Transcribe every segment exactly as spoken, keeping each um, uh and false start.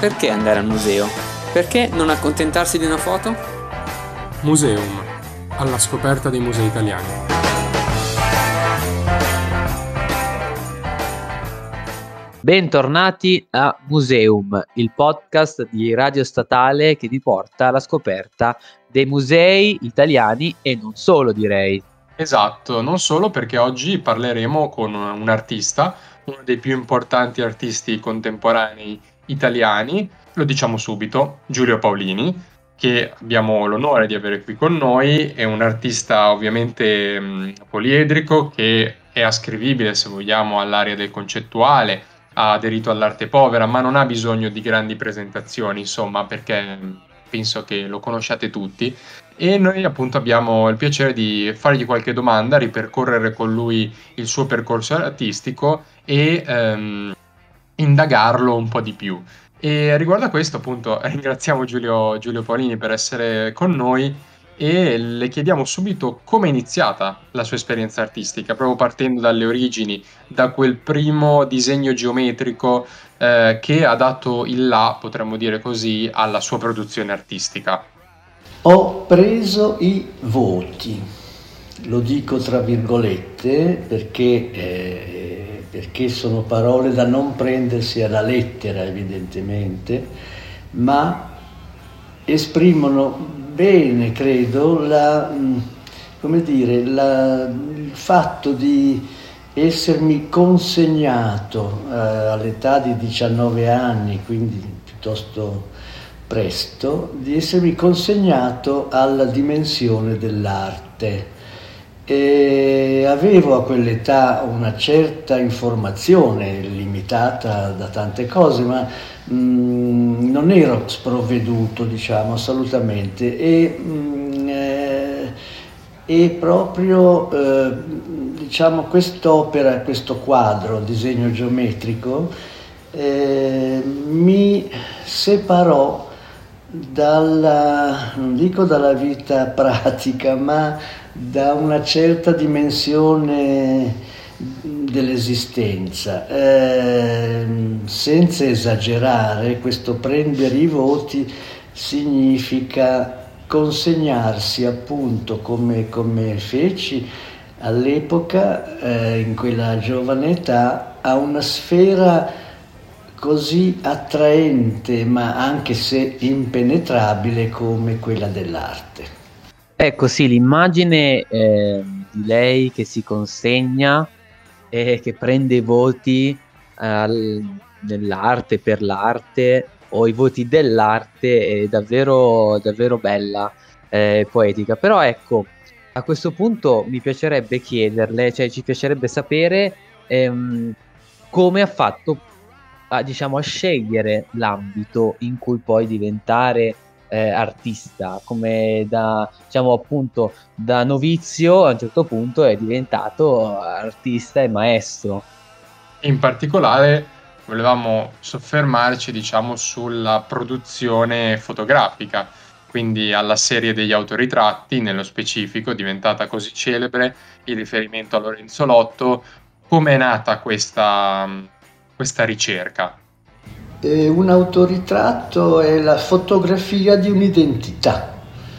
Perché andare al museo? Perché non accontentarsi di una foto? Museum, alla scoperta dei musei italiani. Bentornati a Museum, il podcast di Radio Statale che vi porta alla scoperta dei musei italiani e non solo, direi. Esatto, non solo perché oggi parleremo con un artista, uno dei più importanti artisti contemporanei italiani, lo diciamo subito, Giulio Paolini, che abbiamo l'onore di avere qui con noi. È un artista ovviamente mh, poliedrico che è ascrivibile, se vogliamo, all'area del concettuale, ha aderito all'arte povera, ma non ha bisogno di grandi presentazioni, insomma, perché mh, penso che lo conosciate tutti. E noi appunto abbiamo il piacere di fargli qualche domanda, ripercorrere con lui il suo percorso artistico e ehm, indagarlo un po' di più. E riguardo a questo, appunto, ringraziamo Giulio, Giulio Paolini per essere con noi e le chiediamo subito come è iniziata la sua esperienza artistica, proprio partendo dalle origini, da quel primo disegno geometrico eh, che ha dato il là, potremmo dire così, alla sua produzione artistica. Ho preso i voti, lo dico tra virgolette perché, eh, perché sono parole da non prendersi alla lettera evidentemente, ma esprimono bene, credo, la, come dire, la, il fatto di essermi consegnato eh, all'età di diciannove anni, quindi piuttosto presto, di essermi consegnato alla dimensione dell'arte. E avevo a quell'età una certa informazione limitata da tante cose, ma mh, non ero sprovveduto, diciamo, assolutamente. E, mh, eh, e proprio eh, diciamo quest'opera, questo quadro, disegno geometrico, eh, mi separò dalla, non dico dalla vita pratica, ma da una certa dimensione dell'esistenza. Eh, senza esagerare, questo prendere i voti significa consegnarsi appunto come, come feci all'epoca, eh, in quella giovane età, a una sfera così attraente ma anche se impenetrabile come quella dell'arte. Ecco sì, l'immagine eh, di lei che si consegna e che prende i voti al- nell'arte, per l'arte o i voti dell'arte è davvero, davvero bella, eh, poetica. Però ecco, a questo punto mi piacerebbe chiederle, cioè ci piacerebbe sapere ehm, come ha fatto a, diciamo, a scegliere l'ambito in cui poi diventare eh, artista, come da, diciamo appunto, da novizio a un certo punto è diventato artista e maestro. In particolare volevamo soffermarci, diciamo, sulla produzione fotografica, quindi alla serie degli autoritratti, nello specifico, diventata così celebre, il riferimento a Lorenzo Lotto. Come è nata questa, questa ricerca? Eh, un autoritratto è la fotografia di un'identità.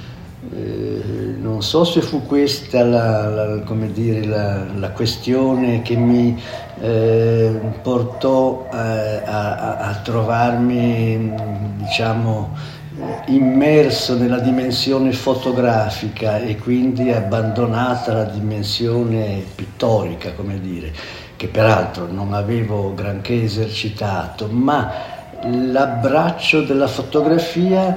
Eh, non so se fu questa la, la, come dire, la, la questione che mi eh, portò eh, a, a, a trovarmi, diciamo, immerso nella dimensione fotografica e quindi abbandonata la dimensione pittorica, come dire, che peraltro non avevo granché esercitato, ma l'abbraccio della fotografia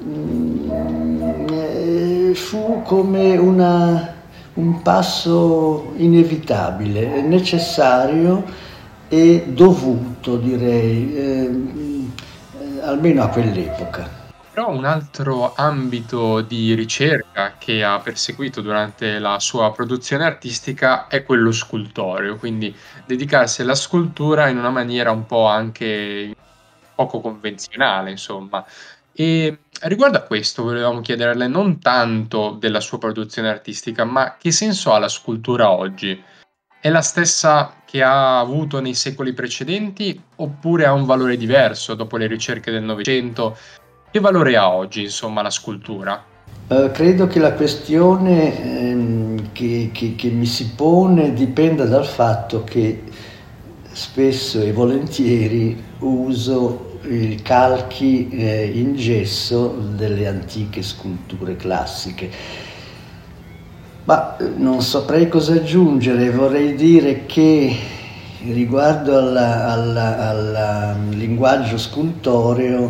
mh, fu come una, un passo inevitabile, necessario e dovuto, direi, eh, almeno a quell'epoca. Però un altro ambito di ricerca che ha perseguito durante la sua produzione artistica è quello scultoreo, quindi dedicarsi alla scultura in una maniera un po' anche poco convenzionale, insomma. E riguardo a questo volevamo chiederle non tanto della sua produzione artistica, ma che senso ha la scultura oggi? è la stessa che ha avuto nei secoli precedenti oppure ha un valore diverso dopo le ricerche del Novecento? Che valore ha oggi, insomma, la scultura? Uh, credo che la questione ehm, che, che, che mi si pone dipenda dal fatto che spesso e volentieri uso i calchi eh, in gesso delle antiche sculture classiche. Ma non saprei cosa aggiungere, vorrei dire che riguardo alla, alla, al linguaggio scultoreo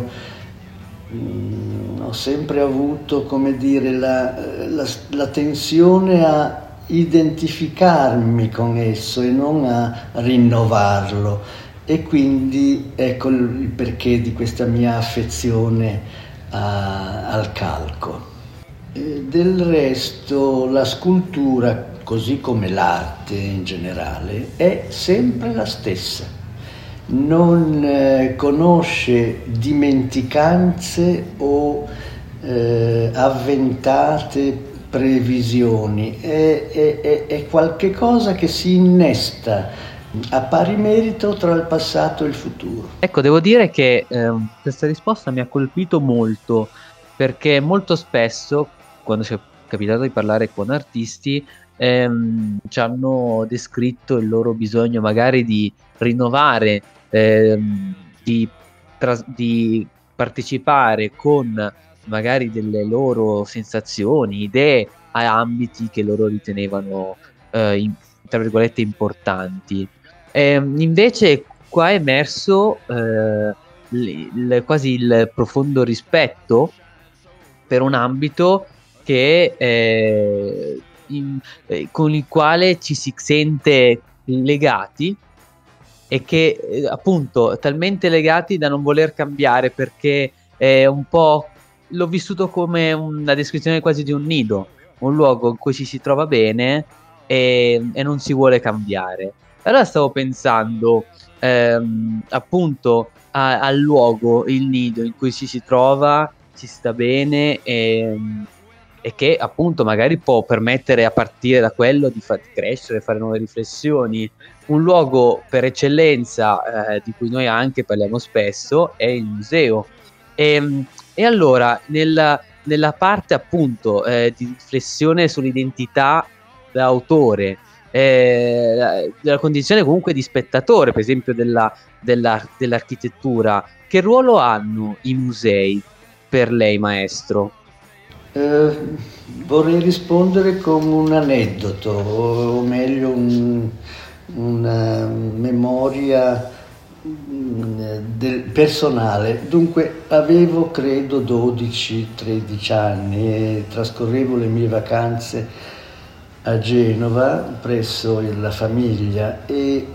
mh, ho sempre avuto, come dire, la, la, la tensione a identificarmi con esso e non a rinnovarlo, e quindi ecco il perché di questa mia affezione a, al calco. Del resto la scultura, così come l'arte in generale, è sempre la stessa, non eh, conosce dimenticanze o eh, avventate previsioni, è, è, è, è qualche cosa che si innesta a pari merito tra il passato e il futuro. Ecco, devo dire che eh, questa risposta mi ha colpito molto, perché molto spesso, quando ci è capitato di parlare con artisti, ehm, ci hanno descritto il loro bisogno magari di rinnovare, ehm, di, tras- di partecipare con magari delle loro sensazioni, idee a ambiti che loro ritenevano, eh, in- tra virgolette, importanti. Ehm, invece qua è emerso eh, il- il- quasi il profondo rispetto per un ambito che, eh, in- eh, con il quale ci si sente legati, e che eh, appunto talmente legati da non voler cambiare, perché è un po', l'ho vissuto come una descrizione quasi di un nido, un luogo in cui ci si trova bene e, e non si vuole cambiare. Allora stavo pensando ehm, appunto a- al luogo, il nido in cui ci si trova, ci sta bene, e, e che appunto magari può permettere a partire da quello di far crescere, fare nuove riflessioni. Un luogo per eccellenza eh, di cui noi anche parliamo spesso è il museo. E, e allora nella, nella parte appunto eh, di riflessione sull'identità d'autore, eh, della condizione comunque di spettatore, per esempio della, della, dell'architettura, che ruolo hanno i musei per lei, maestro? Eh, vorrei rispondere con un aneddoto, o meglio un, una memoria mh, del personale. Dunque avevo credo dodici tredici anni e trascorrevo le mie vacanze a Genova presso la famiglia, e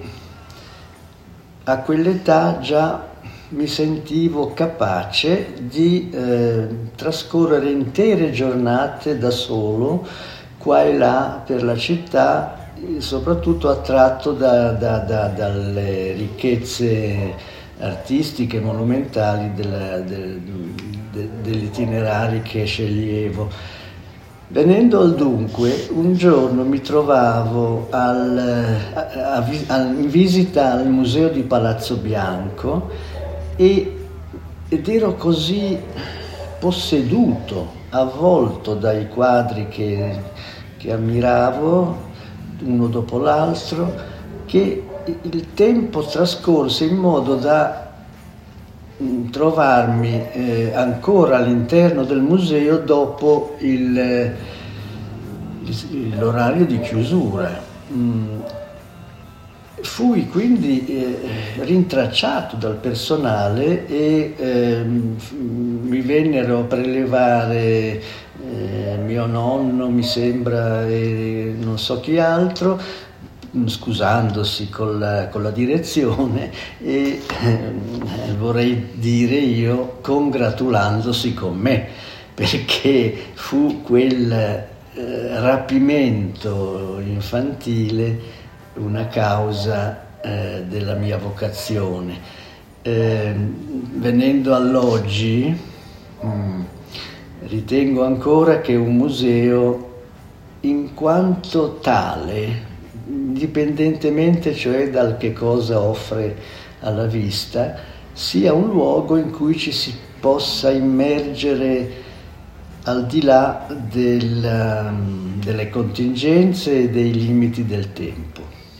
a quell'età già mi sentivo capace di eh, trascorrere intere giornate da solo qua e là per la città, soprattutto attratto da, da, da, dalle ricchezze artistiche, monumentali della, del, de, degli itinerari che sceglievo. Venendo al dunque, un giorno mi trovavo al, a, a, a, in visita al museo di Palazzo Bianco e, ed ero così posseduto, avvolto dai quadri che, che ammiravo uno dopo l'altro, che il tempo trascorse in modo da trovarmi eh, ancora all'interno del museo dopo il, il, l'orario di chiusura. Mm. Fui quindi eh, rintracciato dal personale e eh, mi vennero a prelevare eh, mio nonno, mi sembra, e non so chi altro, scusandosi con la, con la direzione e eh, vorrei dire io congratulandosi con me, perché fu quel eh, rapimento infantile una causa eh, della mia vocazione. Eh, venendo all'oggi, mh, ritengo ancora che un museo, in quanto tale, indipendentemente cioè dal che cosa offre alla vista, sia un luogo in cui ci si possa immergere al di là del, delle contingenze e dei limiti del tempo.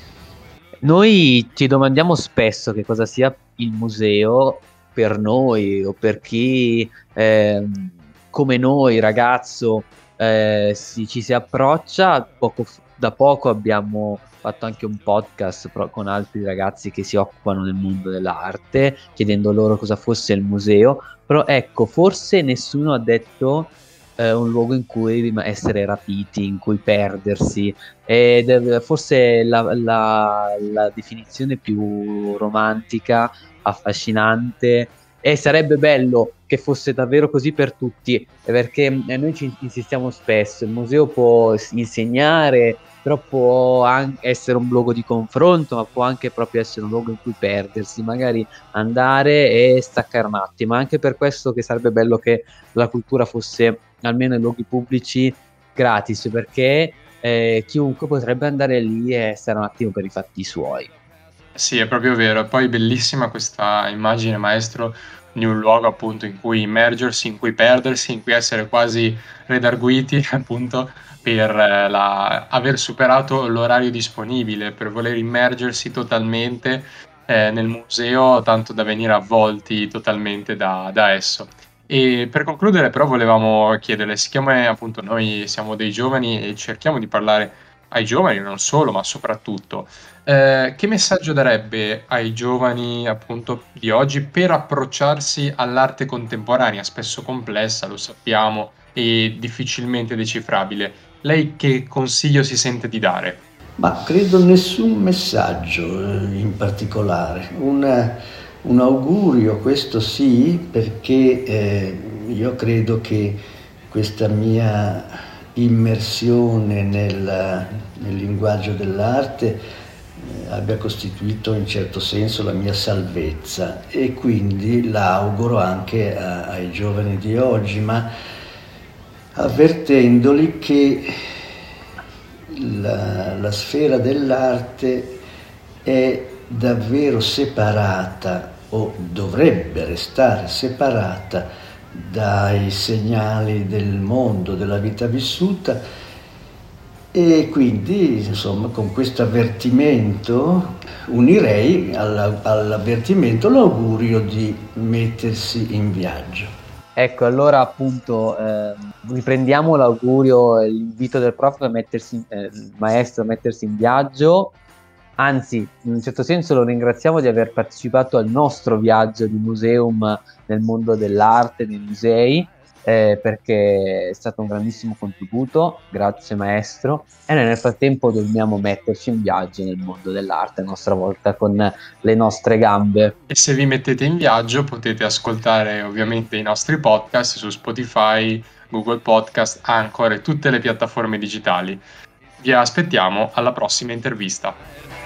Noi ci domandiamo spesso che cosa sia il museo per noi o per chi eh, come noi, ragazzo, eh, si, ci si approccia. Poco, da poco abbiamo fatto anche un podcast pro, con altri ragazzi che si occupano del mondo dell'arte, chiedendo loro cosa fosse il museo, però ecco, forse nessuno ha detto eh, un luogo in cui essere rapiti, in cui perdersi, ed forse la, la, la definizione più romantica, affascinante, e sarebbe bello che fosse davvero così per tutti, perché noi ci insistiamo spesso, il museo può insegnare, però può anche essere un luogo di confronto, ma può anche proprio essere un luogo in cui perdersi, magari andare e staccare un attimo. Anche per questo che sarebbe bello che la cultura fosse, almeno in luoghi pubblici, gratis, perché eh, chiunque potrebbe andare lì e stare un attimo per i fatti suoi. Sì, è proprio vero. E poi bellissima questa immagine, maestro, di un luogo appunto in cui immergersi, in cui perdersi, in cui essere quasi redarguiti appunto per eh, la- aver superato l'orario disponibile, per voler immergersi totalmente eh, nel museo, tanto da venire avvolti totalmente da, da esso. E per concludere, però, volevamo chiederle, siccome appunto noi siamo dei giovani e cerchiamo di parlare ai giovani, non solo, ma soprattutto, eh, che messaggio darebbe ai giovani appunto di oggi per approcciarsi all'arte contemporanea, spesso complessa, lo sappiamo, e difficilmente decifrabile? Lei che consiglio si sente di dare? Ma credo nessun messaggio eh, in particolare, un, un augurio, questo sì, perché eh, io credo che questa mia immersione nel, nel linguaggio dell'arte eh, abbia costituito in certo senso la mia salvezza, e quindi l'auguro anche a, ai giovani di oggi, ma avvertendoli che la, la sfera dell'arte è davvero separata, o dovrebbe restare separata, dai segnali del mondo, della vita vissuta, e quindi insomma con questo avvertimento unirei alla, all'avvertimento l'augurio di mettersi in viaggio. Ecco, allora appunto eh, riprendiamo l'augurio e l'invito del prof a mettersi, eh, il maestro a mettersi in viaggio. Anzi, in un certo senso lo ringraziamo di aver partecipato al nostro viaggio di museum nel mondo dell'arte, nei musei, eh, perché è stato un grandissimo contributo. Grazie maestro. E noi nel frattempo dobbiamo metterci in viaggio nel mondo dell'arte a nostra volta con le nostre gambe. E se vi mettete in viaggio potete ascoltare ovviamente i nostri podcast su Spotify, Google Podcast, Anchor e tutte le piattaforme digitali. Vi aspettiamo alla prossima intervista.